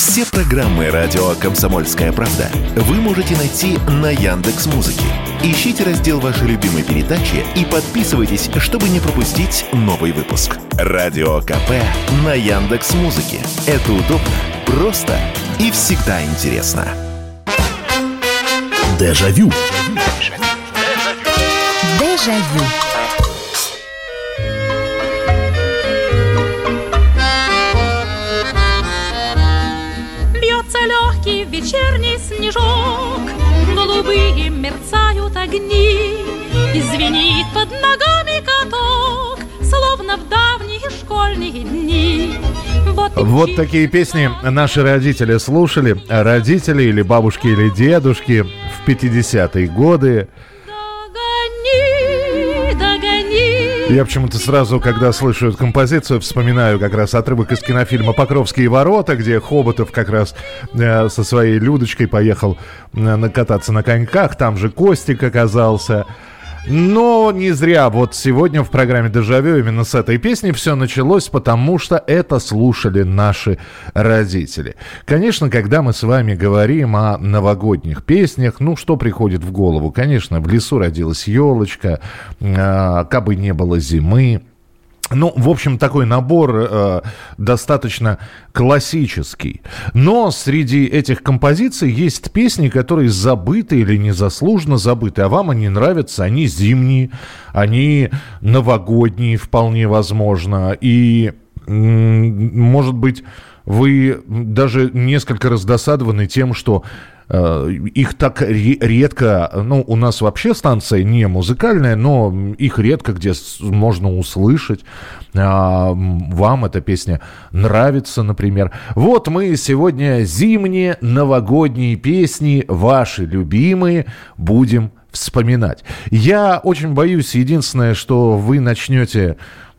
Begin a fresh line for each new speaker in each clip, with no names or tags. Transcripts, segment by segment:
Все программы радио «Комсомольская правда» вы можете найти на Яндекс.Музыке. Ищите раздел вашей любимой передачи и подписывайтесь, чтобы не пропустить новый выпуск. Радио КП на Яндекс.Музыке. Это удобно, просто и всегда интересно. Дежавю.
Дежавю.
Легкий вечерний снежок, голубые мерцают огни, и звенит под ногами каток, словно в давние школьные дни.
Вот такие песни наши родители слушали. Родители или бабушки, или дедушки в 50-е годы. Я почему-то сразу, когда слышу эту композицию, вспоминаю как раз отрывок из кинофильма «Покровские ворота», где Хоботов как раз со своей Людочкой поехал кататься на коньках. Там же Костик оказался. Но не зря вот сегодня в программе «Дежавю» именно с этой песни все началось, потому что это слушали наши родители. Конечно, когда мы с вами говорим о новогодних песнях, ну, что приходит в голову? Конечно, в лесу родилась елочка, кабы не было зимы. Ну, в общем, такой набор достаточно классический. Но среди этих композиций есть песни, которые забыты или незаслуженно забыты. А вам они нравятся, они зимние, они новогодние вполне возможно. И, может быть, вы даже несколько раздосадованы тем, что их так редко, ну, у нас вообще станция не музыкальная, но их редко где можно услышать. Вам эта песня нравится, например. Вот мы сегодня зимние новогодние песни, ваши любимые, будем вспоминать. Я очень боюсь, единственное, что вы начнете...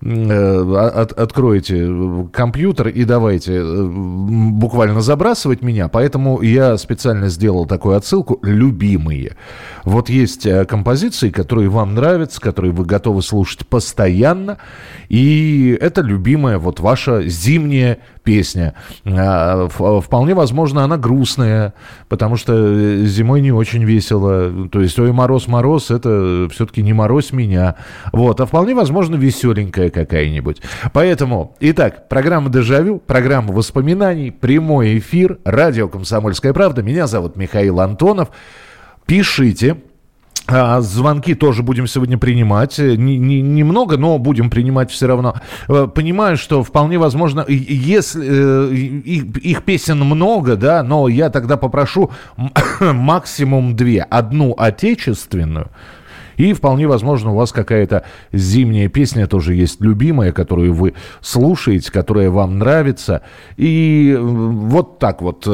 откроете компьютер и давайте буквально забрасывать меня, поэтому я специально сделал такую отсылку «Любимые». Вот есть композиции, которые вам нравятся, которые вы готовы слушать постоянно, и это любимая вот ваша зимняя песня. Вполне возможно, она грустная, потому что зимой не очень весело. То есть «Ой, мороз, мороз» — это все-таки не «Морозь меня». Вот. А вполне возможно, веселенькая какая-нибудь. Поэтому, итак, программа «Дежавю», программа воспоминаний, прямой эфир, радио «Комсомольская правда». Меня зовут Михаил Антонов. Пишите. Звонки тоже будем сегодня принимать. Немного, но будем принимать все равно. Понимаю, что вполне возможно, если их песен много, да, но я тогда попрошу максимум 2. Одну отечественную. И вполне возможно, у вас какая-то зимняя песня тоже есть любимая, которую вы слушаете, которая вам нравится. И вот так вот...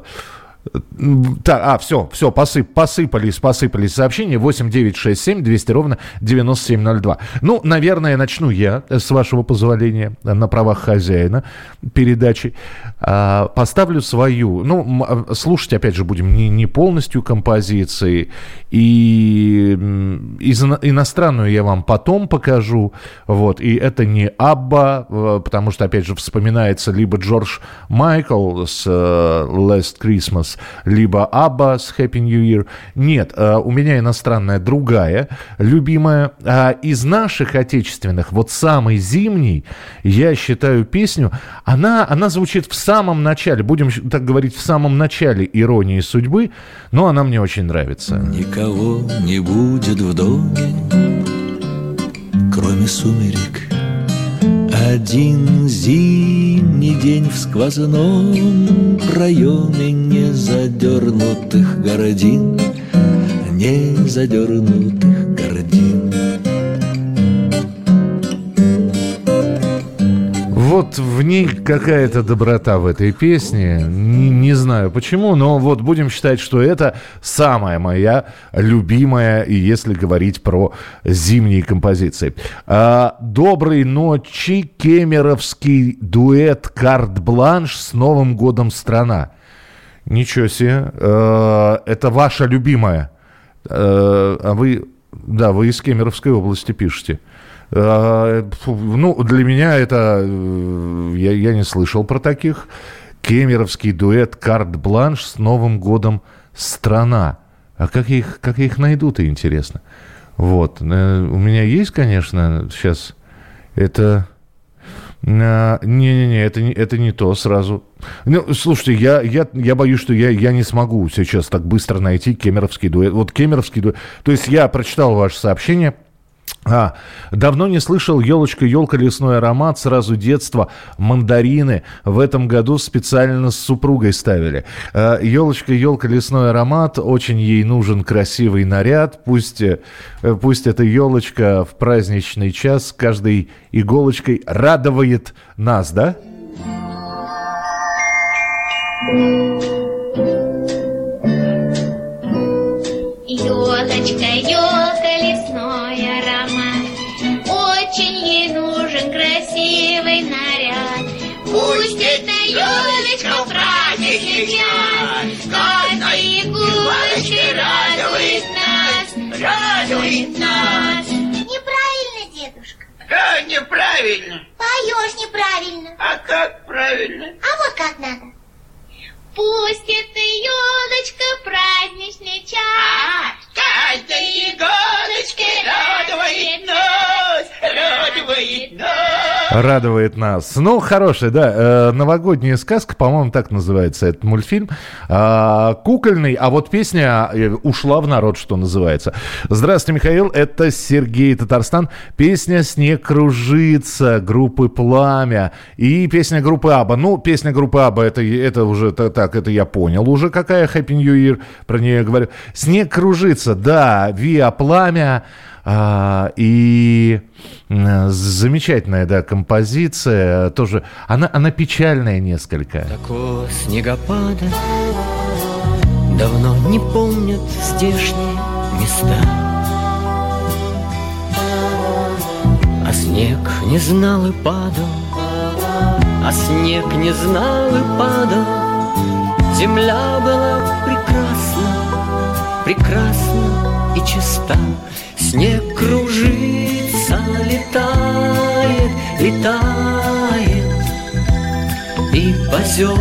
Так, все, посыпались сообщения. 8-967-200-97-02. Ну, наверное, начну я, с вашего позволения, на правах хозяина передачи. Поставлю свою. Ну, слушать, опять же, будем не полностью композиции. И иностранную я вам потом покажу. Вот. И это не Абба, потому что, опять же, вспоминается либо Джордж Майкл с Last Christmas, либо Абба с Happy New Year. Нет, у меня иностранная другая, любимая. А из наших отечественных, вот самый зимний, я считаю песню, она звучит в самом начале, будем так говорить, в самом начале «Иронии судьбы», но она мне очень нравится.
Никого не будет в доме, кроме сумерек. Один зимний день в сквозном проеме незадернутых гордин, незадернутых гордин.
Вот в ней какая-то доброта в этой песне. Не знаю почему, но вот будем считать, что это самая моя любимая, если говорить про зимние композиции. Доброй ночи, кемеровский дуэт «Карт-бланш» с Новым годом, страна. Ничего себе. Это ваша любимая. А вы из Кемеровской области пишете. Ну, для меня это... Я не слышал про таких. Кемеровский дуэт «Карт-бланш» с Новым годом «Страна». А как я их найду-то, интересно? Вот. У меня есть, конечно, сейчас это... Не-не-не, это не то сразу. Ну, слушайте, я боюсь, что я не смогу сейчас так быстро найти кемеровский дуэт. Вот кемеровский дуэт. То есть я прочитал ваше сообщение. Давно не слышал «Елочка, елка, лесной аромат», сразу детство, мандарины. В этом году специально с супругой ставили. «Елочка, елка, лесной аромат», очень ей нужен красивый наряд. Пусть эта елочка в праздничный час каждой иголочкой радует нас, да?
Елочка, елка, лесной аромат, очень ей нужен красивый наряд. Пусть эта елочка в праздничный час каждой иголочкой радует нас. Неправильно, дедушка.
Да, неправильно.
Поешь неправильно.
А как правильно?
А вот как надо. Пусть эта елочка в праздничный час
каждой иголочкой радует нас.
Радует нас. Ну, хорошая, да. Новогодняя сказка, по-моему, так называется этот мультфильм. Кукольный, а вот песня ушла в народ, что называется. Здравствуйте, Михаил. Это Сергей, Татарстан. Песня «Снег кружится» группы «Пламя». И песня группы Абба. Ну, песня группы Абба, это уже так, это я понял уже, какая Happy New Year, про нее я говорю. «Снег кружится», да, «Виа Пламя». И замечательная, да, композиция, тоже, она печальная несколько.
Такого снегопада давно не помнят здешние места. А снег не знал и падал, а снег не знал и падал. Земля была прекрасна и чиста. Снег кружится, летает и поземкою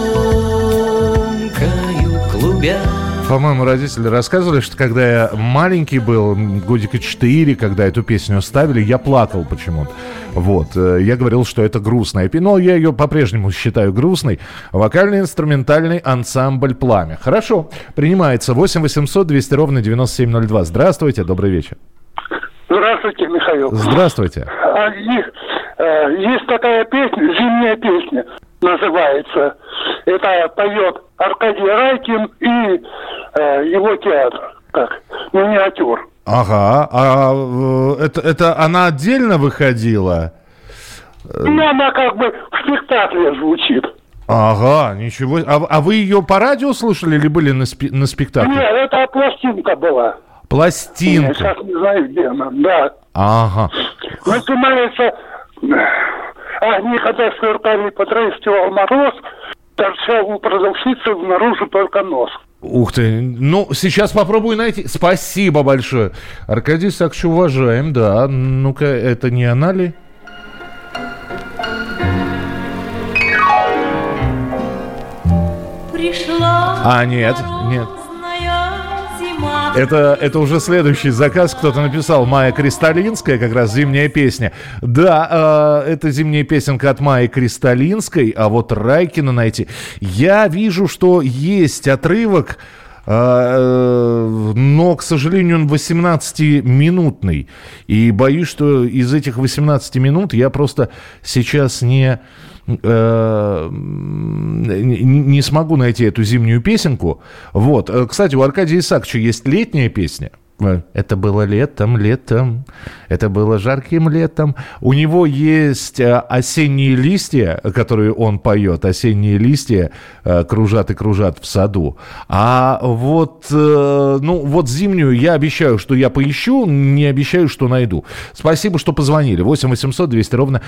клубя.
По-моему, родители рассказывали, что когда я маленький был, годика 4, когда эту песню ставили, я плакал почему-то. Вот. Я говорил, что это грустная песня, но я ее по-прежнему считаю грустной. Вокально-инструментальный ансамбль «Пламя». Хорошо. Принимается 8 800 200 ровно 9702. Здравствуйте, добрый вечер.
Здравствуйте, Михаил.
Здравствуйте.
Есть такая песня, зимняя песня называется. Это поет Аркадий Райкин и его театр. Так, миниатюр.
Ага. Это она отдельно выходила?
Ну, она как бы в спектакле звучит.
Ага, ничего. А вы ее по радио слушали или были на спектакле?
Нет, это пластинка была.
Пластинка.
Я сейчас не знаю, где она, да.
Ага.
Начинается... Огни, хотя сверкали, потрескивал мороз, торчал у продавщицы наружу только нос.
Ух ты, ну, сейчас попробую найти. Спасибо большое. Аркадий Сакч, уважаем, да. Ну-ка, это не она ли?
Пришла
нет.
зима.
Это уже следующий заказ. Кто-то написал «Майя Кристалинская», как раз зимняя песня. Да, это зимняя песенка от Майи Кристалинской, а вот Райкина найти. Я вижу, что есть отрывок, но, к сожалению, он 18-минутный. И боюсь, что из этих 18 минут я просто сейчас не смогу найти эту зимнюю песенку. Вот. Кстати, у Аркадия Исааковича есть летняя песня. Это было летом, это было жарким летом. У него есть осенние листья, которые он поет. Осенние листья кружат и кружат в саду. А вот, вот зимнюю я обещаю, что я поищу, не обещаю, что найду. Спасибо, что позвонили. 8 800 200 ровно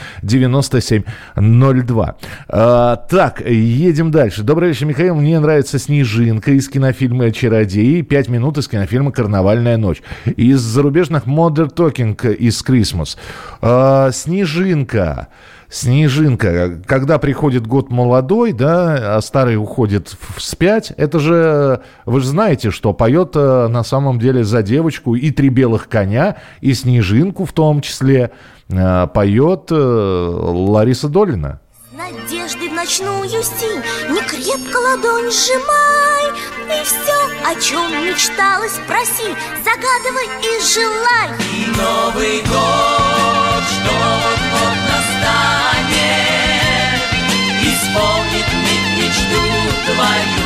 9702. Так, едем дальше. Добрый вечер, Михаил. Мне нравится «Снежинка» из кинофильма «Чародеи». 5 минут из кинофильма «Карнавальная ночь». Из зарубежных Modern Talking из Christmas. «Снежинка». Снежинка. Когда приходит год молодой, да, а старый уходит вспять, это же, вы же знаете, что поет на самом деле за девочку и «Три белых коня», и «Снежинку» в том числе поет Лариса Долина.
Надежды в ночную синь, не крепко ладонь сжимай, и все, о чем мечталось, проси, загадывай и желай.
И Новый год, что вот-вот настанет, исполнит мечту твою.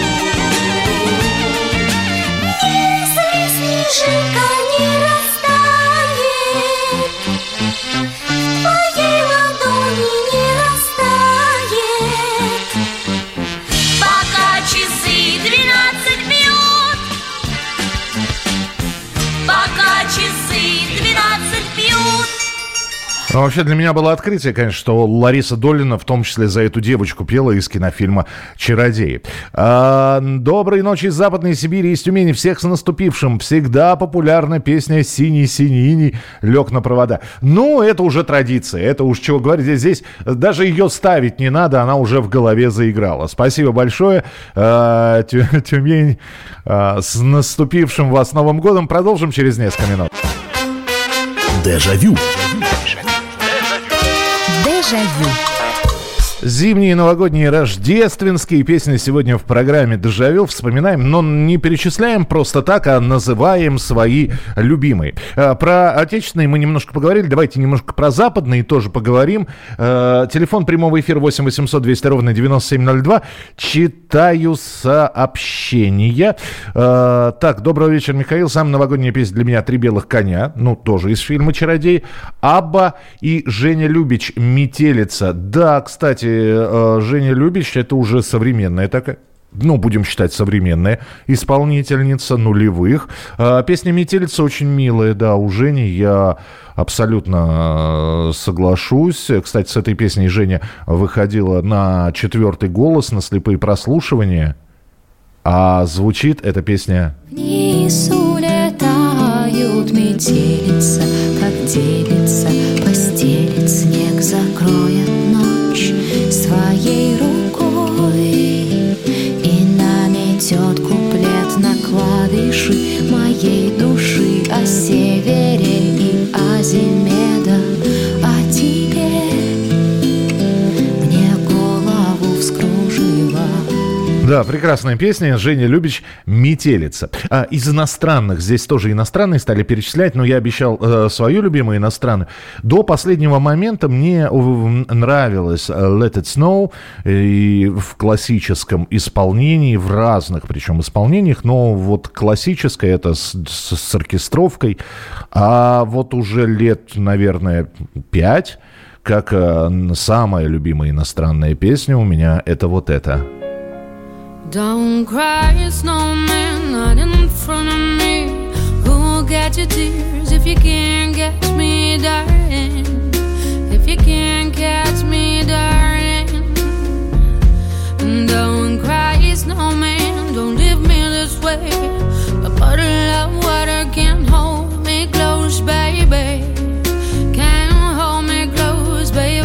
Если снежинка не растает, в твоей ладони не растает, пока часы 12 бьют, пока часы 12 бьют.
Ну, вообще для меня было открытие, конечно, что Лариса Долина в том числе за эту девочку пела из кинофильма «Чародеи». Доброй ночи из Западной Сибири, из Тюмени. Всех с наступившим. Всегда популярна песня «Синий-синий иней лег на провода». Ну, это уже традиция. Это уж чего говорить. Здесь даже ее ставить не надо, она уже в голове заиграла. Спасибо большое. Тюмень, с наступившим вас Новым годом. Продолжим через несколько минут.
Дежавю.
Дежавю.
Зимние, новогодние, рождественские песни сегодня в программе «Дежавю» вспоминаем, но не перечисляем просто так, а называем свои любимые. Про отечественные мы немножко поговорили, давайте немножко про западные тоже поговорим. Телефон прямого эфира 8 800 200 ровно 9702. Читаю сообщения. Так, добрый вечер, Михаил. Самая новогодняя песня для меня «Три белых коня», ну, тоже из фильма «Чародей». Абба и Женя Любич «Метелица». Да, кстати, Женя Любич — это уже современная такая, ну, будем считать, современная исполнительница нулевых. Песня «Метелица» очень милая, да, у Жени, я абсолютно соглашусь. Кстати, с этой песней Женя выходила на 4-й голос, на слепые прослушивания, а звучит эта песня...
Вниз улетают метелица, как делится, постелит снег, закроет ночь своей рукой и наметет куплет на клавиши моей души о севере и о зиме, да, а теперь мне голову вскружила.
Да, прекрасная песня. Женя Любич «Метелица». Из иностранных, здесь тоже иностранные стали перечислять, но я обещал свою любимую иностранную. До последнего момента мне нравилось «Let It Snow» и в классическом исполнении, в разных причем исполнениях, но вот классическое это с оркестровкой, а вот уже лет, наверное, 5, как самая любимая иностранная песня у меня это вот это.
Don't cry, snowman, not in front of me. Who'll catch your tears if you can't catch me, darling? If you can't catch me, darling. Don't cry, snowman, don't leave me this way. A bottle of water can't hold me close, baby. Can't hold me close, baby.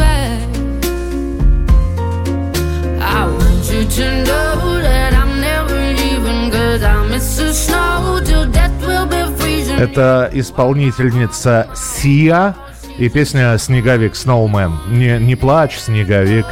I want you to know that I'm never leaving, 'cause I miss the snow till death will be freezing.
Это исполнительница Сиа и песня «Снеговик», «Snowman». Не плачь, снеговик.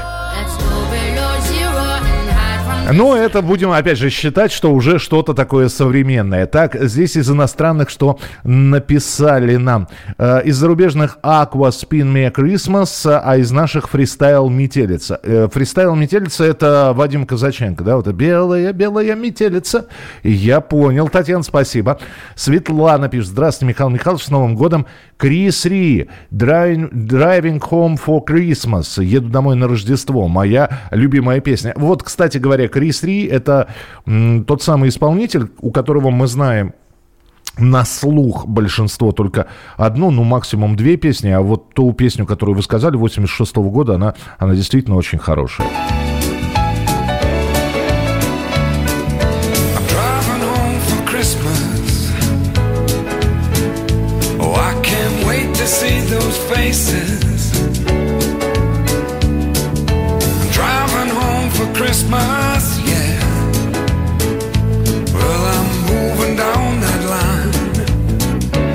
Но это будем, опять же, считать, что уже что-то такое современное. Так, здесь из иностранных, что написали нам. Из зарубежных «Aqua Spin Me a Christmas», а из наших «Фристайл Метелица». «Фристайл Метелица» — это Вадим Казаченко, да? Вот белая метелица. Я понял, Татьяна, спасибо. Светлана пишет: здравствуйте, Михаил Михайлович, с Новым годом. Крис Ри, «Driving Home for Christmas». Еду домой на Рождество. Моя любимая песня. Вот, кстати говоря, Крис Ри — это тот самый исполнитель, у которого мы знаем на слух большинство только одну, ну максимум две песни, а вот ту песню, которую вы сказали, 86-го года, она действительно очень хорошая.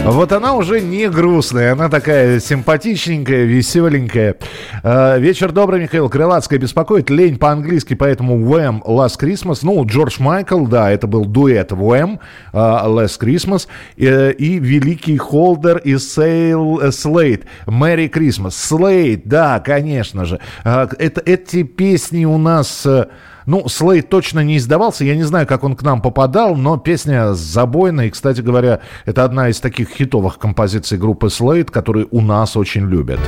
Вот она уже не грустная, она такая симпатичненькая, веселенькая. Вечер добрый, Михаил. Крылатская беспокоит. Лень по-английски, поэтому Wham! Last Christmas. Ну, Джордж Майкл, да, это был дуэт Wham! Last Christmas. И великий Холдер и Слейд. Merry Christmas. Слейд, да, конечно же. Эти песни у нас... Ну, Слейд точно не издавался, я не знаю, как он к нам попадал, но песня забойная, и, кстати говоря, это одна из таких хитовых композиций группы Слейд, которые у нас очень любят.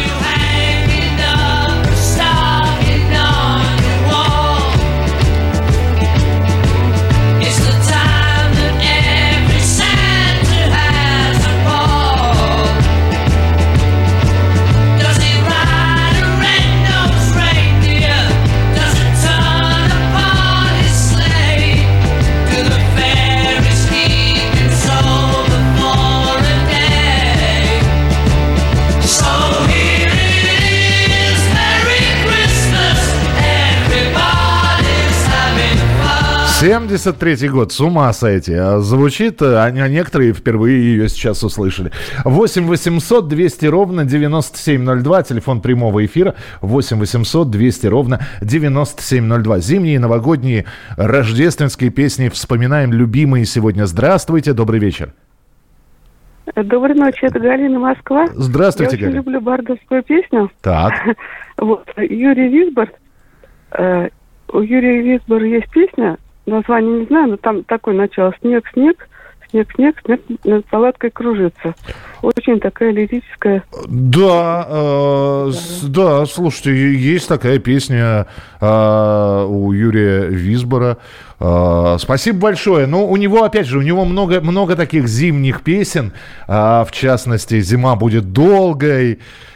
— 73-й год, с ума сойти. Звучит, а некоторые впервые ее сейчас услышали. 8 800 200 ровно 9702, телефон прямого эфира. 8 800 200 ровно 9702. Зимние, новогодние, рождественские песни вспоминаем, любимые сегодня. Здравствуйте, добрый вечер.
Доброй ночи, это Галина, Москва.
Здравствуйте,
Галина. Я очень
Галина.
люблю бардовскую песню.
Так.
Вот, Юрий Висбор. У Юрия Висбора есть песня, название не знаю, но там такое начало: «Снег, снег, снег, снег, снег над палаткой кружится». Очень такая лирическая.
Да, да, слушайте, есть такая песня у Юрия Висбора. Спасибо большое. Ну, у него, опять же, у него много таких зимних песен. В частности, «Зима будет долгой».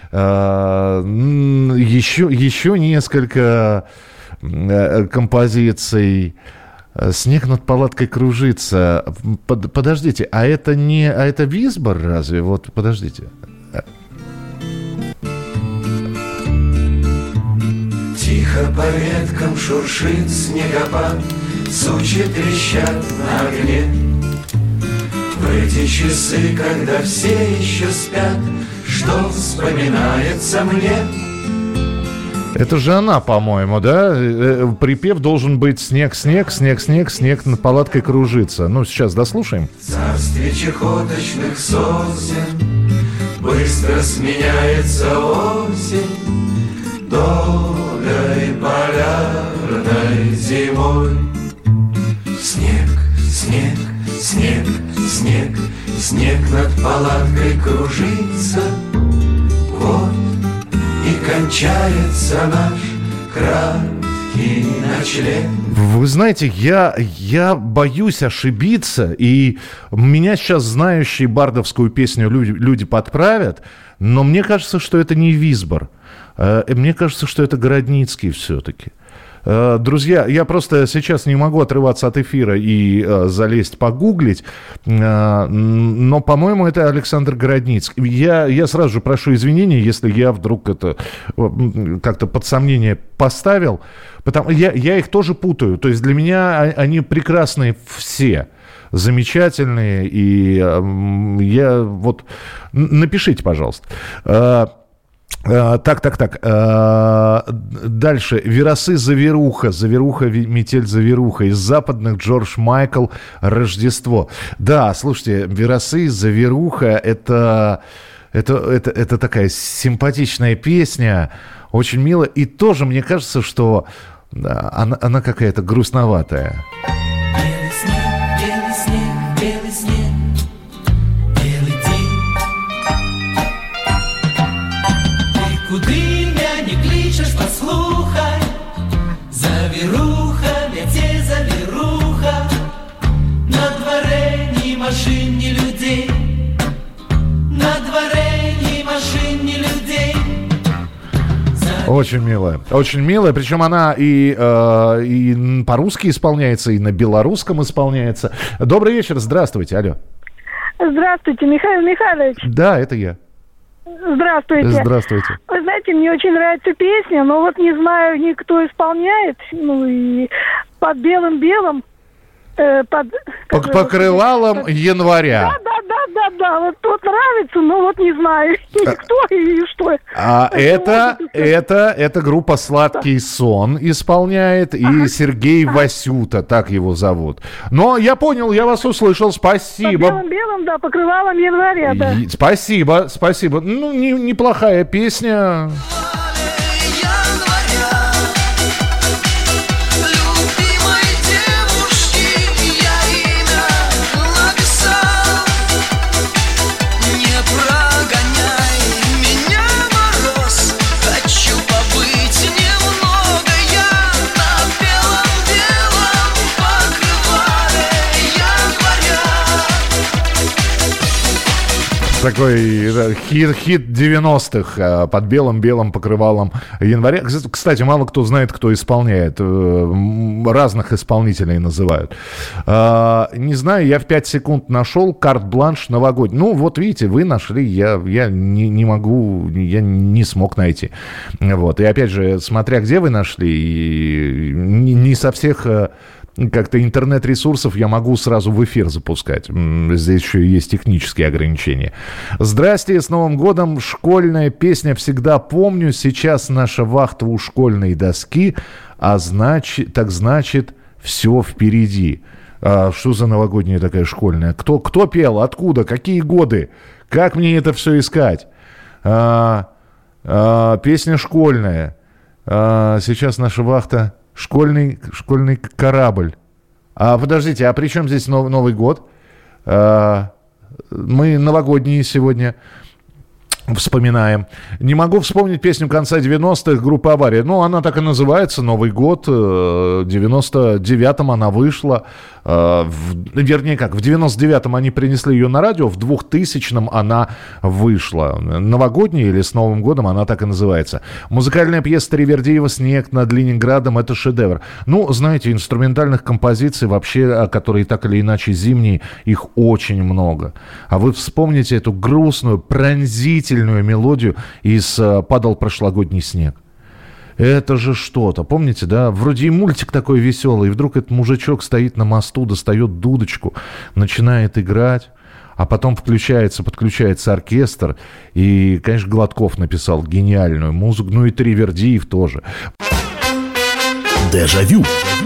Еще несколько композиций. «Снег над палаткой кружится». Подождите, а это Висбор разве? Вот, подождите.
Тихо по веткам шуршит снегопад, сучья трещат на огне. В эти часы, когда все еще спят, что вспоминается мне?
Это же она, по-моему, да? Припев должен быть «Снег, снег, снег, снег, снег над палаткой кружится». Ну, сейчас дослушаем.
В царстве чехоточных сосен быстро сменяется осень долгой полярной зимой. Снег, снег, снег, снег, снег над палаткой кружится. Вот и кончается наш краткий ночлег.
Вы знаете, я боюсь ошибиться, и меня сейчас знающие бардовскую песню люди подправят, но мне кажется, что это не Висбор. Мне кажется, что это Городницкий все-таки. Друзья, я просто сейчас не могу отрываться от эфира и залезть погуглить, но, по-моему, это Александр Городницкий. Я сразу же прошу извинения, если я вдруг это как-то под сомнение поставил. Я их тоже путаю. То есть для меня они прекрасные все. Замечательные. И я вот... Напишите, пожалуйста. Так. Дальше. «Веросы заверуха». Заверуха, метель заверуха. Из западных Джордж Майкл «Рождество». Да, слушайте, «Веросы заверуха» это такая симпатичная песня. Очень милая. И тоже мне кажется, что она какая-то грустноватая.
Белый снег, белый снег, белый день. Ты куды меня не кличешь, послухай, завируха, метель завируха, на дворе ни машин, ни людей, на дворе ни машин, ни людей.
Очень милая. Очень милая. Причем она и по-русски исполняется, и на белорусском исполняется. Добрый вечер. Здравствуйте. Алло.
Здравствуйте, Михаил Михайлович.
Да, это я.
Здравствуйте.
Здравствуйте.
Вы знаете, мне очень нравится песня, но вот не знаю, никто исполняет. Ну и под белым-белым...
По крылалам января.
да, вот тот нравится, но вот не знаю, кто и что.
Это группа «Сладкий сон» исполняет, и Сергей Васюта, так его зовут. Но я понял, я вас услышал, спасибо.
По белым-белым, да, покрывалом января, да.
Спасибо. Ну, неплохая песня. Такой хит 90-х под белым-белым покрывалом января. Кстати, мало кто знает, кто исполняет. Разных исполнителей называют. Не знаю, я в 5 секунд нашел карт-бланш новогодний. Ну, вот видите, вы нашли, я не могу, я не смог найти. Вот. И опять же, смотря где вы нашли, и не со всех... Как-то интернет-ресурсов я могу сразу в эфир запускать. Здесь еще и есть технические ограничения. Здрасте, с Новым годом. Школьная песня «Всегда помню». Сейчас наша вахта у школьной доски. Так значит, все впереди. Что за новогодняя такая школьная? Кто пел? Откуда? Какие годы? Как мне это все искать? Песня школьная. Сейчас наша вахта... Школьный корабль. Подождите, а при чем здесь Новый год? Мы новогодние сегодня вспоминаем. Не могу вспомнить песню конца 90-х группы «Авария». Ну, она так и называется, «Новый год». В 99-м она вышла. Вернее, как, в 99-м они принесли ее на радио, в 2000-м она вышла. Новогодняя или с Новым годом она так и называется. Музыкальная пьеса Таривердиева «Снег над Ленинградом» — это шедевр. Ну, знаете, инструментальных композиций вообще, которые так или иначе зимние, их очень много. А вы вспомните эту грустную, пронзительную мелодию из «Падал прошлогодний снег». Это же что-то. Помните, да? Вроде и мультик такой веселый, и вдруг этот мужичок стоит на мосту, достает дудочку, начинает играть, а потом подключается оркестр. И, конечно, Гладков написал гениальную музыку, ну и Таривердиев тоже.
Дежавю.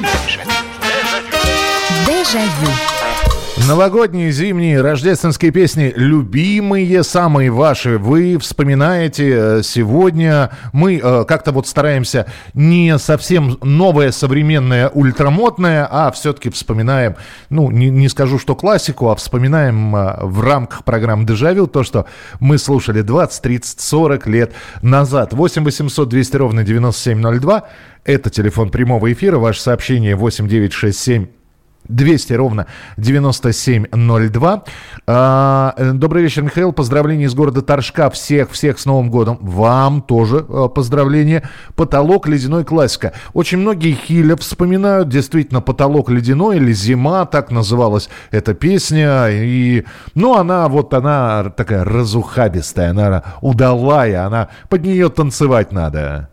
Дежавю.
Новогодние, зимние, рождественские песни, любимые, самые ваши, вы вспоминаете сегодня. Мы как-то вот стараемся не совсем новое, современное, ультрамодное, а все-таки вспоминаем, ну, не скажу, что классику, а вспоминаем в рамках программы «Дежавю» то, что мы слушали 20, 30, 40 лет назад. 8 800 200 ровно 9702. Это телефон прямого эфира. Ваше сообщение 8 967 200 ровно 9702. Добрый вечер, Михаил. Поздравления из города Торжка. Всех с Новым годом. Вам тоже поздравления. «Потолок ледяной» классика. Очень многие Хиля вспоминают. Действительно, «Потолок ледяной» или «Зима», так называлась эта песня. И, ну, она такая разухабистая, она удалая, она под нее танцевать надо.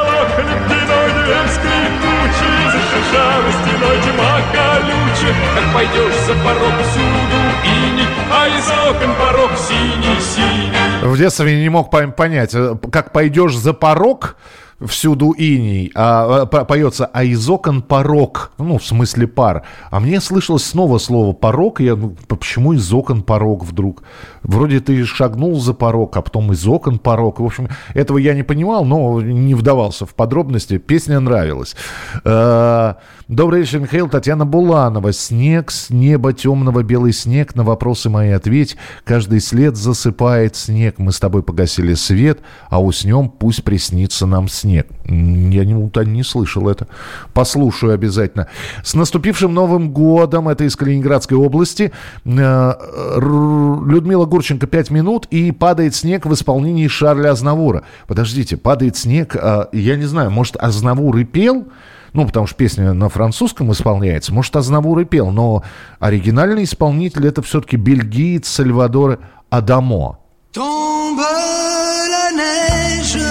Как пойдешь за порог, всюду иней, а из окон порог синий-синий.
В детстве я не мог понять, как пойдешь за порог, всюду иней, поется, а из окон порог, ну, в смысле пар. А мне слышалось снова слово порог, и я, почему из окон порог вдруг? Вроде ты шагнул за порог, а потом из окон порог. В общем, этого я не понимал, но не вдавался в подробности. Песня нравилась. Добрый вечер, Михаил. Татьяна Буланова. «Снег с неба темного, белый снег, на вопросы мои ответь. Каждый след засыпает снег. Мы с тобой погасили свет, а уснем, пусть приснится нам снег». Я не слышал это. Послушаю обязательно. С наступившим Новым годом. Это из Калининградской области. Людмила Гурченко, 5 минут, и «Падает снег» в исполнении Шарля Азнавура. Подождите, «Падает снег», я не знаю, может, Азнавур и пел? Ну, потому что песня на французском исполняется. Может, Азнавур и пел, но оригинальный исполнитель — это все-таки бельгиец Сальвадор Адамо.
Tombe la neige,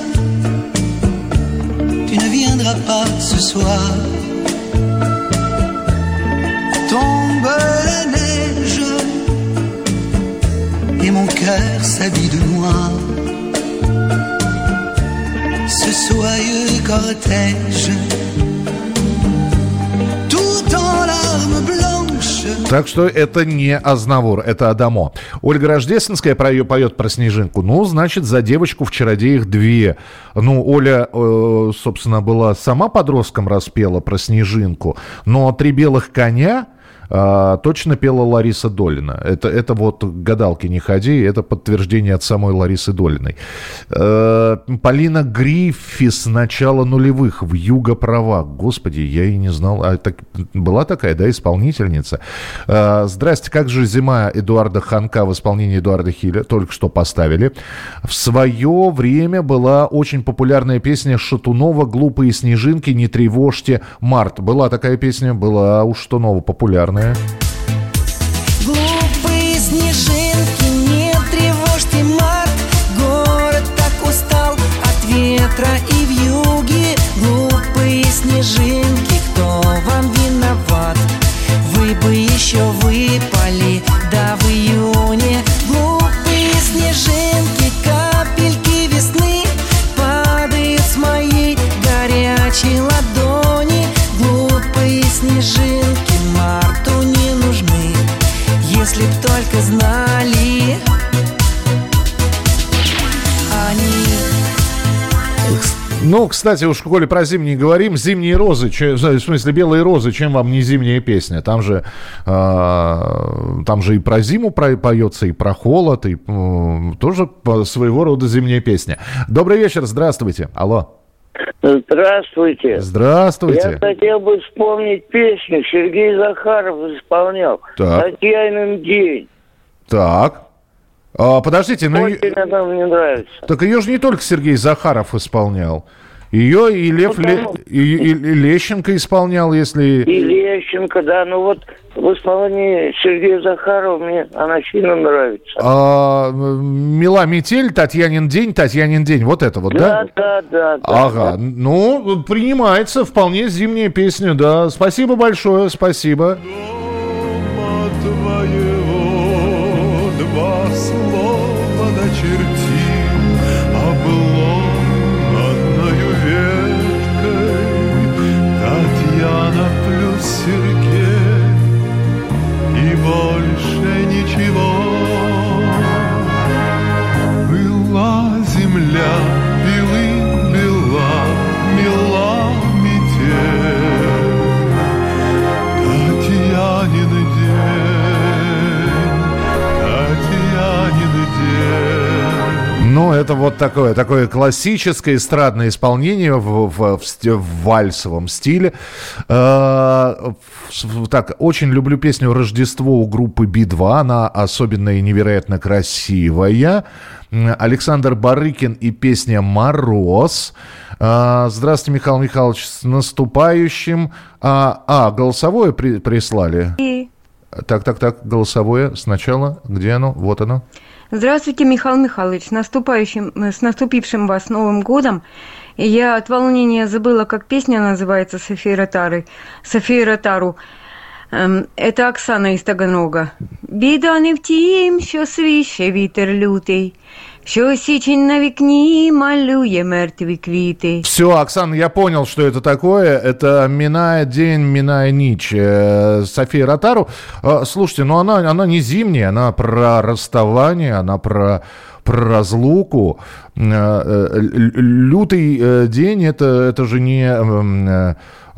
tu ne viendras pas ce soir. Tombe la neige,
mon cœur s'habille de noir. Ce soyeux cortège, tout en larmes blanches.
Так что это не Азнавур, это Адамо. Ольга Рождественская поет про снежинку. Ну, значит, за девочку в «Чародеях» 2. Ну, Оля, собственно, была сама подростком, распела про снежинку. Но «Три белых коня» точно пела Лариса Долина. Это вот гадалки не ходи, это подтверждение от самой Ларисы Долиной. Полина Гриффис, начало нулевых, в «Юго-права». Господи, я и не знал. Была такая, да, исполнительница? Здрасте, как же «Зима» Эдуарда Ханка в исполнении Эдуарда Хиля? Только что поставили. В свое время была очень популярная песня Шатунова «Глупые снежинки, не тревожьте март». Была такая песня, была у Шатунова популярная.
Глупые снежинки, не тревожьте март. Город так устал от ветра и вьюги. Глупые снежинки, кто вам виноват? Вы бы еще выпали, да в июне. Глупые снежинки, капельки весны падают с моей горячей ладони. Глупые снежинки марту не нужны, если б только знали они.
Ну, кстати, уж коли про зимние говорим, «Зимние розы», в смысле «Белые розы», чем вам не зимняя песня? Там же и про зиму поется, и про холод, и тоже своего рода зимняя песня. Добрый вечер, здравствуйте. Алло.
Здравствуйте.
Здравствуйте.
Я хотел бы вспомнить песню, Сергей Захаров исполнял. «Татьянин день».
Так. Подождите, но...
Очень она мне нравится.
Так ее же не только Сергей Захаров исполнял. Ее и и Лещенко исполнял, если...
И Лещенко, да. Ну вот в исполнении Сергея Захарова мне она сильно нравится.
«Мила метель», «Татьянин день», «Татьянин день». Вот это вот, да?
Да.
Ага. Ну, принимается вполне зимняя песня, да. Спасибо большое, спасибо.
Два слова начерти обломанною веткой. Татьяна плюс Сергей и больше ничего. Была земля белым-бела, мила метель. Татьянин
Ну, это вот такое классическое эстрадное исполнение в вальсовом стиле. Так, очень люблю песню «Рождество» у группы Би-2. Она особенно и невероятно красивая. Александр Барыкин и песня «Мороз». Здравствуйте, Михаил Михайлович, с наступающим. Голосовое прислали. Так, голосовое сначала. Где оно? Вот оно.
Здравствуйте, Михаил Михайлович. С наступившим вас Новым годом. Я от волнения забыла, как песня называется Софии Ротару. Это Оксана из Таганрога. «Біда не в тім, що свіше вітер лютий, що січень на вікні малює мертві квіти».
Все, Оксана, я понял, что это такое. Это «Миная день, миная ночь». София Ротару. Слушайте, ну она не зимняя, она про расставание, она про разлуку. Лютый день это же не...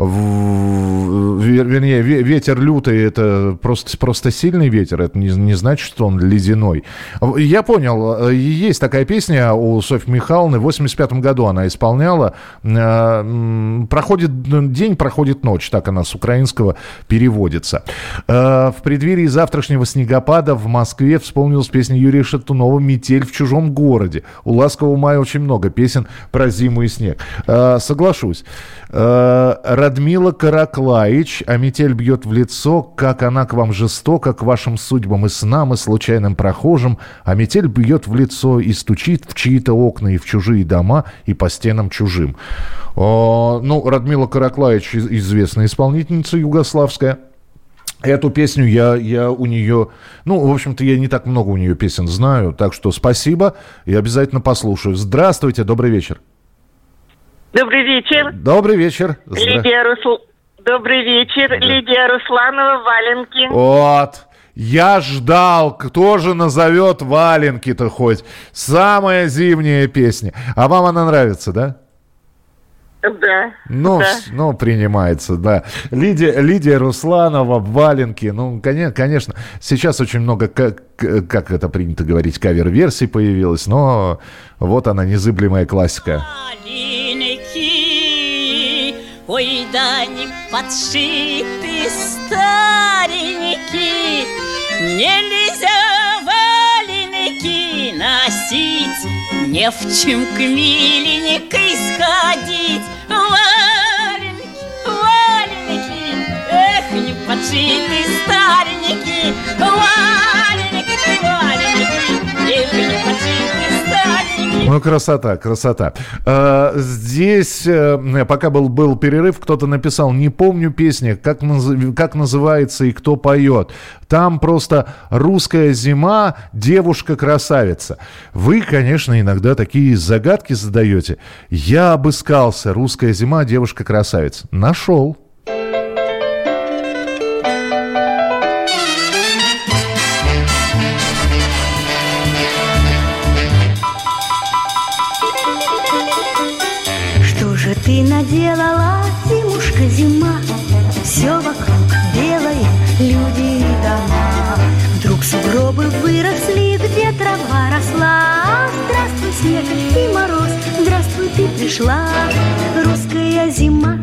Вернее, ветер лютый, это просто сильный ветер, это не значит, что он ледяной. Я понял, есть такая песня у Софьи Михайловны, в 85-м году она исполняла. Проходит день, проходит ночь, так она с украинского переводится. В преддверии завтрашнего снегопада в Москве вспомнилась песня Юрия Шатунова «Метель в чужом городе». У «Ласкового мая» очень много песен про зиму и снег. Соглашусь. Радмила Караклаич, а метель бьет в лицо, как она к вам жестока, к вашим судьбам и снам, и случайным прохожим, а метель бьет в лицо и стучит в чьи-то окна, и в чужие дома, и по стенам чужим. Ну, Радмила Караклаич, известная исполнительница югославская. Эту песню я у нее... Ну, в общем-то, я не так много у нее песен знаю. Так что спасибо и обязательно послушаю. Здравствуйте, добрый вечер.
Добрый вечер.
Добрый вечер.
Добрый вечер. Лидия Русланова, «Валенки».
Вот. Я ждал, кто же назовет «Валенки»-то хоть. Самая зимняя песня. А вам она нравится, да?
Да.
Ну,
да.
Ну, принимается, да. Лидия Русланова, «Валенки». Ну, конечно, сейчас очень много, как это принято говорить, кавер-версий появилось, но вот она, незыблемая классика.
Валенки, ой, да не подшиты старенькие, нельзя валенки носить, не в чем к миленькой сходить. Валенки, валенки, эх, не подшиты старенькие, валенки, валенки, эх, не подшиты старенькие.
Ну, красота. Здесь, пока был перерыв, кто-то написал, не помню песни, как называется и кто поет. Там просто «Русская зима, девушка-красавица». Вы, конечно, иногда такие загадки задаете. Я обыскался. «Русская зима, девушка-красавица». Нашел.
Ты наделала, зимушка, зима, все вокруг белое, люди и дома. Вдруг сугробы выросли, где трава росла. Здравствуй, снег и мороз, здравствуй, ты пришла. Русская зима,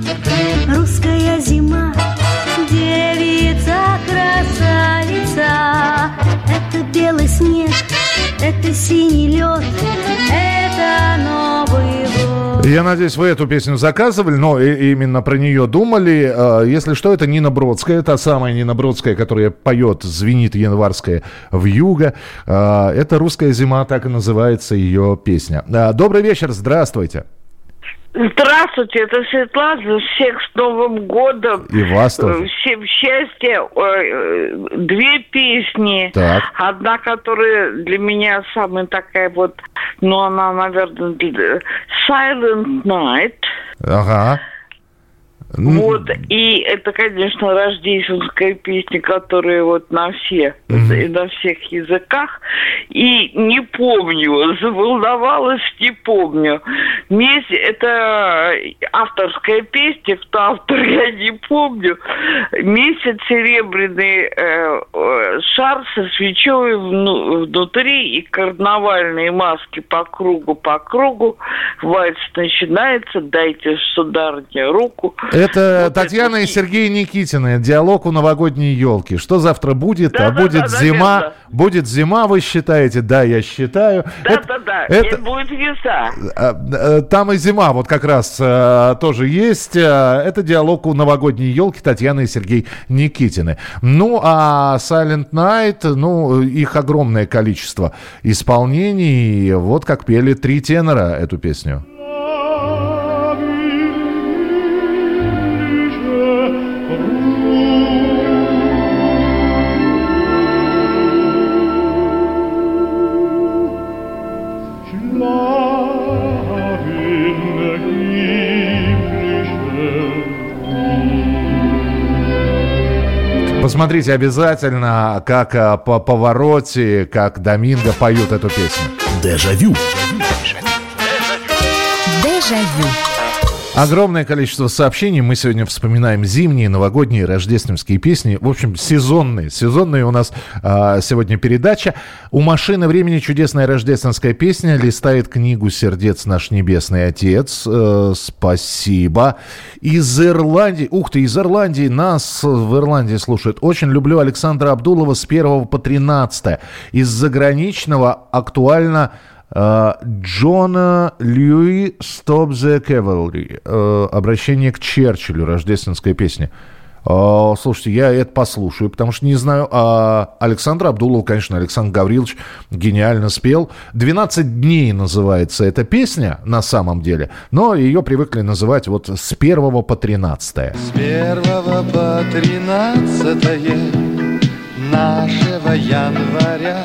девица-красавица. Это белый снег, это синий лед, это Новый год.
Я надеюсь, вы эту песню заказывали, но именно про нее думали. Если что, это Нина Бродская, та самая Нина Бродская, которая поет «Звенит январская вьюга». Это «Русская зима», так и называется ее песня. Добрый вечер, здравствуйте.
Здравствуйте, это Светлана, всех с Новым годом.
И вас тоже.
Всем счастья. Две песни.
Так.
Одна, которая для меня самая такая вот, ну, она, наверное, Silent Night.
Ага.
Вот, и это, конечно, рождественская песня, которая вот на всех языках. И не помню, заволновалась, не помню. Это авторская песня, кто автор, я не помню. Месяц серебряный шар со свечой внутри и карнавальные маски по кругу. Вальс начинается, дайте, сударыня, руку.
Это вот Татьяна и Сергей Никитины. Диалог у новогодней елки. Что завтра будет? Будет зима. Да. Будет зима, вы считаете? Да, я считаю.
Да. Это будет веса.
Там и зима вот как раз тоже есть. Это диалог у новогодней елки Татьяны и Сергей Никитины. Ну, а Silent Night, ну, их огромное количество исполнений. Вот как пели три тенора эту песню. Посмотрите обязательно, как по Повороте, как Доминго поют эту песню.
Дежавю.
Дежавю. Огромное количество сообщений. Мы сегодня вспоминаем зимние, новогодние, рождественские песни. В общем, сезонные. Сезонные у нас сегодня передача. У «Машины времени» чудесная рождественская песня. Листает книгу «Сердец наш небесный Отец». Спасибо. Из Ирландии. Ух ты, из Ирландии. Нас в Ирландии слушают. Очень люблю Александра Абдулова с 1 по 13. Из заграничного актуально... Джона Льюи «Stop the Cavalry». Обращение к Черчиллю, рождественская песня. Слушайте, я это послушаю, потому что не знаю. Александр Абдулов, конечно, Александр Гаврилович гениально спел. «12 дней» называется эта песня на самом деле, но ее привыкли называть вот с 1 по 13.
С 1 по 13 нашего января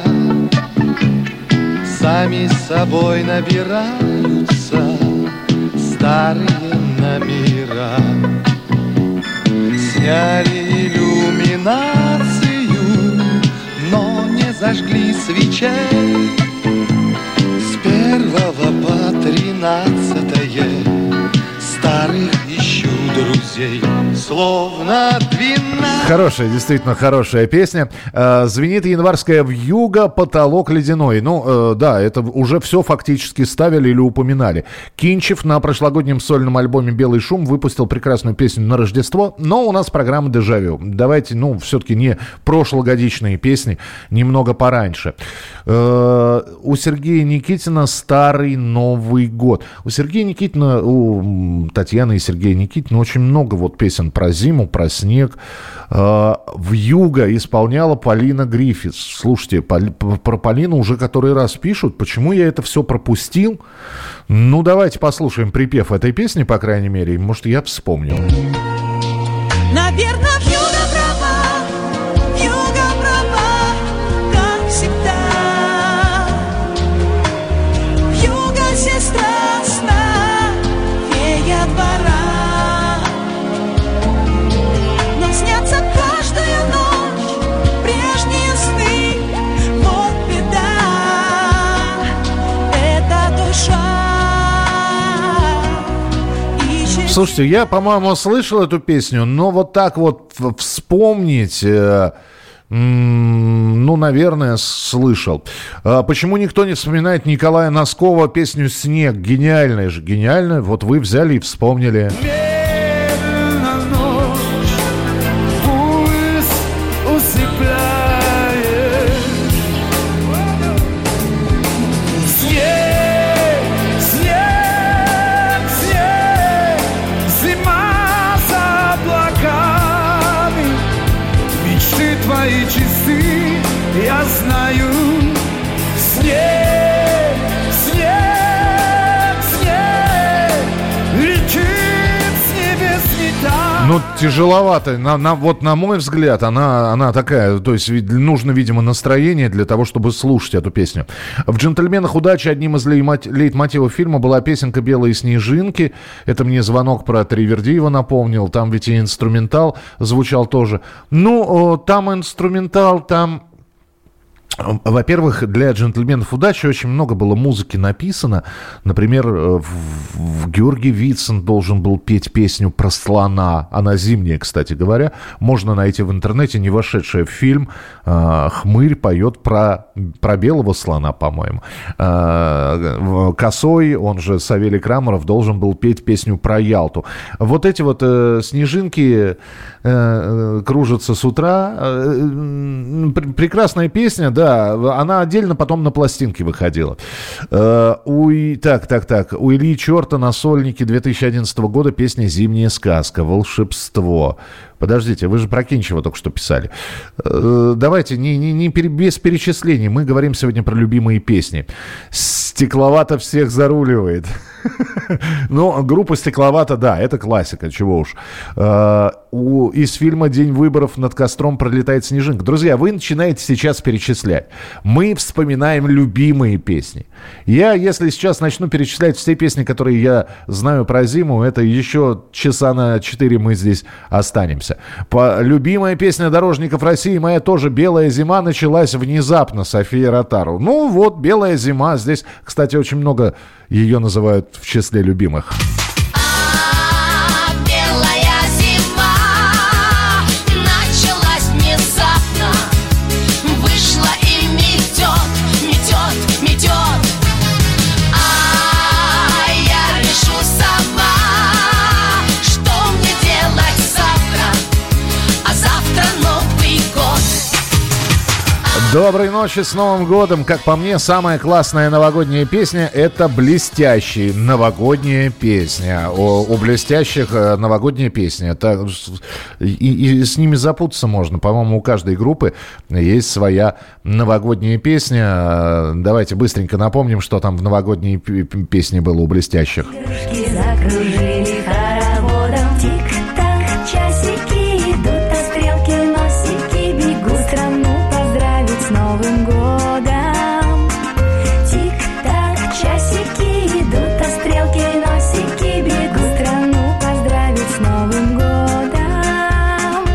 сами с собой набираются старые номера. Сняли иллюминацию, но не зажгли свечей. С 1 по 13 старых ищу друзей, словно 12.
Хорошая, действительно хорошая песня. Звенит январская вьюга, потолок ледяной. Да, это уже все фактически ставили или упоминали. Кинчев на прошлогоднем сольном альбоме «Белый шум» выпустил прекрасную песню на Рождество, но у нас программа «Дежавю». Давайте, все-таки не прошлогодичные песни, немного пораньше. У Сергея Никитина «Старый Новый год». У Сергея Никитина, у Татьяны и Сергея Никитина очень много вот песен про зиму, про снег. «Вьюга» исполняла Полина Гриффитс. Слушайте, про Полину уже который раз пишут. Почему я это все пропустил? Давайте послушаем припев этой песни, по крайней мере. Может, я вспомню.
Наверное, вьюга права, как всегда. Вьюга всестрастна, фея двора. Но снятся каждую ночь прежние сны. Вот беда, это душа.
Слушайте, я, по-моему, слышал эту песню, но вот так вот вспомнить, наверное, слышал. Почему никто не вспоминает Николая Носкова песню «Снег»? Гениальная же, гениальная. Вот вы взяли и вспомнили.
Твои часы, я знаю, снег, снег, снег, летит с небес не так.
Тяжеловато. Вот на мой взгляд, она такая, то есть нужно, видимо, настроение для того, чтобы слушать эту песню. В «Джентльменах удачи» одним из лейтмотивов фильма была песенка «Белые снежинки». Это мне звонок про Тривердиева напомнил. Там ведь и инструментал звучал тоже. Там инструментал, там... Во-первых, для «Джентльменов удачи» очень много было музыки написано. Например, Георгий Вицин должен был петь песню про слона. Она зимняя, кстати говоря. Можно найти в интернете, не вошедшая в фильм. Хмырь поет про белого слона, по-моему. Косой, он же Савелий Крамаров, должен был петь песню про Ялту. Вот эти вот снежинки кружатся с утра. Прекрасная песня, да. Она отдельно потом на пластинке выходила. Так. У Ильи Черта на сольнике 2011 года песня «Зимняя сказка», «Волшебство». Подождите, вы же про Кинчева только что писали. Давайте без перечислений. Мы говорим сегодня про любимые песни. «Стекловато всех заруливает». Группа «Стекловато», да, это классика, чего уж. Из фильма «День выборов» над костром пролетает снежинка. Друзья, вы начинаете сейчас перечислять. Мы вспоминаем любимые песни. Я, если сейчас начну перечислять все песни, которые я знаю про зиму, это еще часа на 4 мы здесь останемся. Любимая песня дорожников России моя тоже «Белая зима» началась внезапно, София Ротару. «Белая зима». Здесь, кстати, очень много ее называют в числе любимых. Доброй ночи, с Новым годом. Как по мне, самая классная новогодняя песня — это «Блестящие». Новогодняя песня. У «Блестящих» новогодняя песня. Это, и с ними запутаться можно. По-моему, у каждой группы есть своя новогодняя песня. Давайте быстренько напомним, что там в новогодней песне было у «Блестящих».
Закружили хороводом, тик-так, часики идут, а стрелки носики бегут страну поздравить с Новым годом. Тик-так, часики идут, а стрелки носики бегут страну поздравить с Новым годом.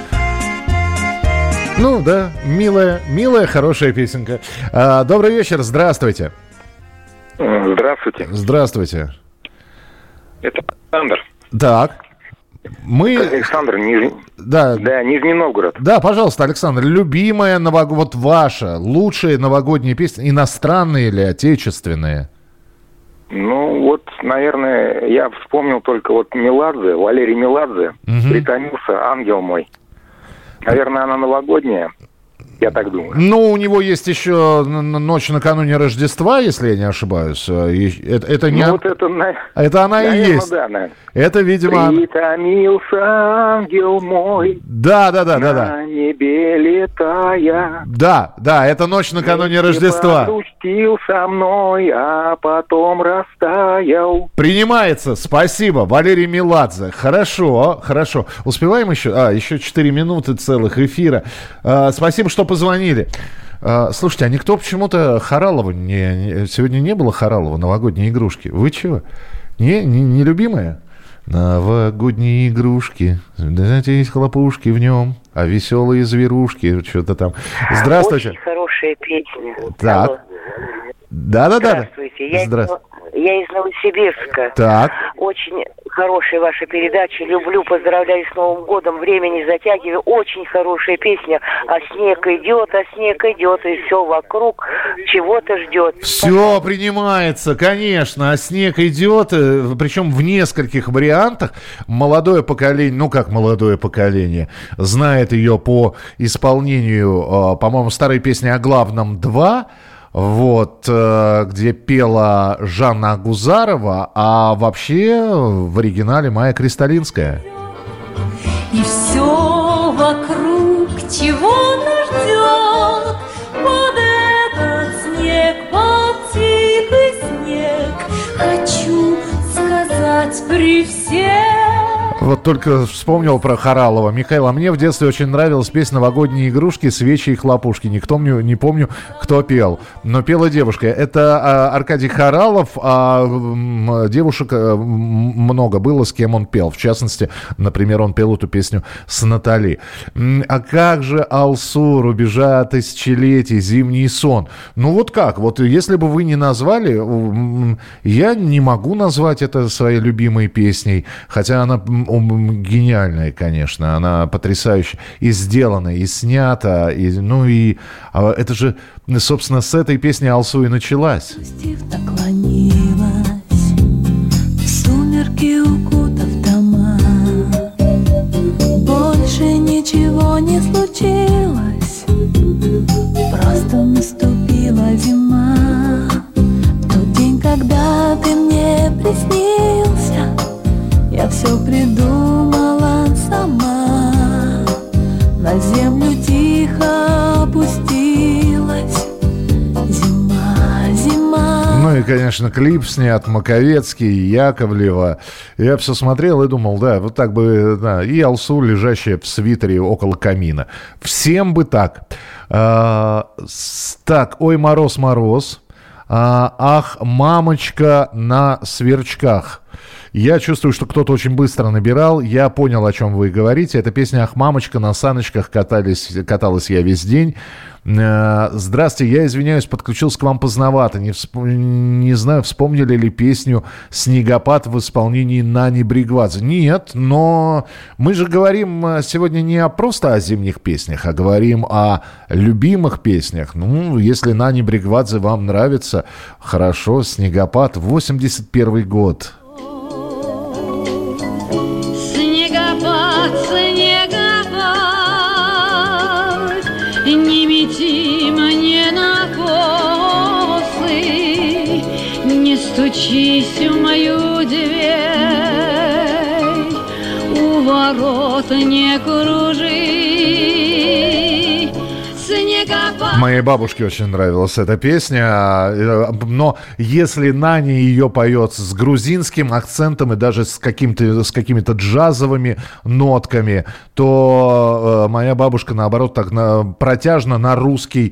Ну да, милая, хорошая песенка. Добрый вечер, здравствуйте.
Здравствуйте.
Здравствуйте.
Это Александр.
Так.
Александр, Нижний Новгород.
Да, пожалуйста, Александр, любимая вот ваша, лучшая новогодняя песня, иностранные или отечественные?
Ну, вот, наверное, я вспомнил только вот Меладзе, Валерий Меладзе, «Притомился, ангел мой». Наверное, она новогодняя. Я так думаю.
Ну, у него есть еще «Ночь накануне Рождества», если я не ошибаюсь. Это не...
Ну, вот
это она
наверное,
и есть.
Да, наверное.
Это, видимо...
«Притомился ангел мой».
Да.
На небе летая.
Да, это «Ночь накануне Рождества».
Погрустил со мной, а потом растаял.
Принимается. Спасибо, Валерий Меладзе. Хорошо. Успеваем еще? Еще 4 минуты целых эфира. Спасибо, что позвонили. Слушайте, а никто почему-то Хоралова сегодня не было Хоралова, новогодние игрушки. Вы чего? Не любимая? Новогодние игрушки, знаете, есть хлопушки в нем, а веселые зверушки, что-то там. Здравствуйте.
Очень хорошая песня.
Так. Да.
Здравствуйте. Я из Новосибирска.
Так.
Очень хорошая ваша передача. Люблю, поздравляю с Новым годом. Время не затягиваю. Очень хорошая песня. А снег идет, и все вокруг чего-то ждет.
Все принимается, конечно. А снег идет, причем в нескольких вариантах. Молодое поколение, знает ее по исполнению, по-моему, старой песни «О главном 2». Вот, где пела Жанна Агузарова, а вообще в оригинале Майя Кристалинская.
И все вокруг чего нас ждет, под этот снег, под тихий снег, хочу сказать при всех.
Вот только вспомнил про Хоралова. Михаил, а мне в детстве очень нравилась песня «Новогодние игрушки, свечи и хлопушки». Никто не помню, кто пел. Но пела девушка. Это Аркадий Хоралов, а девушек много было, с кем он пел. В частности, например, он пел эту песню с Натали. А как же Алсу, рубежа тысячелетий, зимний сон? Ну вот как? Вот если бы вы не назвали, я не могу назвать это своей любимой песней. Хотя она... гениальная, конечно, она потрясающая и сделана, и снята, это же, собственно, с этой песни Алсу и началась.
Наклонилась, в сумерки укутав дома, больше ничего не случилось, просто наступила зима. В тот день, когда ты мне приснился, я все придумала сама, на землю тихо опустилась зима.
Ну и, конечно, клип снят, Маковецкий, Яковлева. Я все смотрел и думал, вот так бы, и Алсу, лежащая в свитере около камина. Всем бы так. Так, ой, мороз, мороз. Ах, мамочка на сверчках. Я чувствую, что кто-то очень быстро набирал. Я понял, о чем вы говорите. Это песня «Ах, мамочка, на саночках каталась я весь день». Здравствуйте, я извиняюсь, подключился к вам поздновато. Не знаю, вспомнили ли песню «Снегопад» в исполнении Нани Бригвадзе. Нет, но мы же говорим сегодня не просто о зимних песнях, а говорим о любимых песнях. Ну, если Нани Бригвадзе вам нравится, хорошо, «Снегопад», 81 год.
Снегопад, снегопад, не метим Стучись в мою дверь, у ворот не кружи.
Моей бабушке очень нравилась эта песня, но если Наня ее поет с грузинским акцентом и даже с какими-то джазовыми нотками, то моя бабушка, наоборот, так протяжно на русский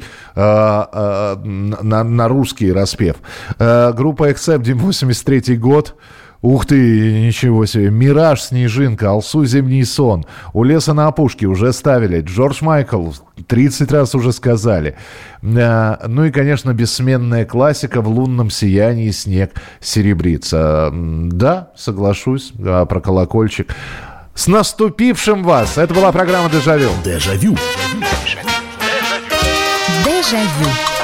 распев. Группа Accept, 83-й год. Ух ты, ничего себе. «Мираж», «Снежинка», «Алсу», «Зимний сон». «У леса на опушке» уже ставили. Джордж Майкл 30 раз уже сказали. Ну и, конечно, бессменная классика «В лунном сиянии снег серебрится». Да, соглашусь, про колокольчик. С наступившим вас! Это была программа «Дежавю».
Дежавю.
Дежавю.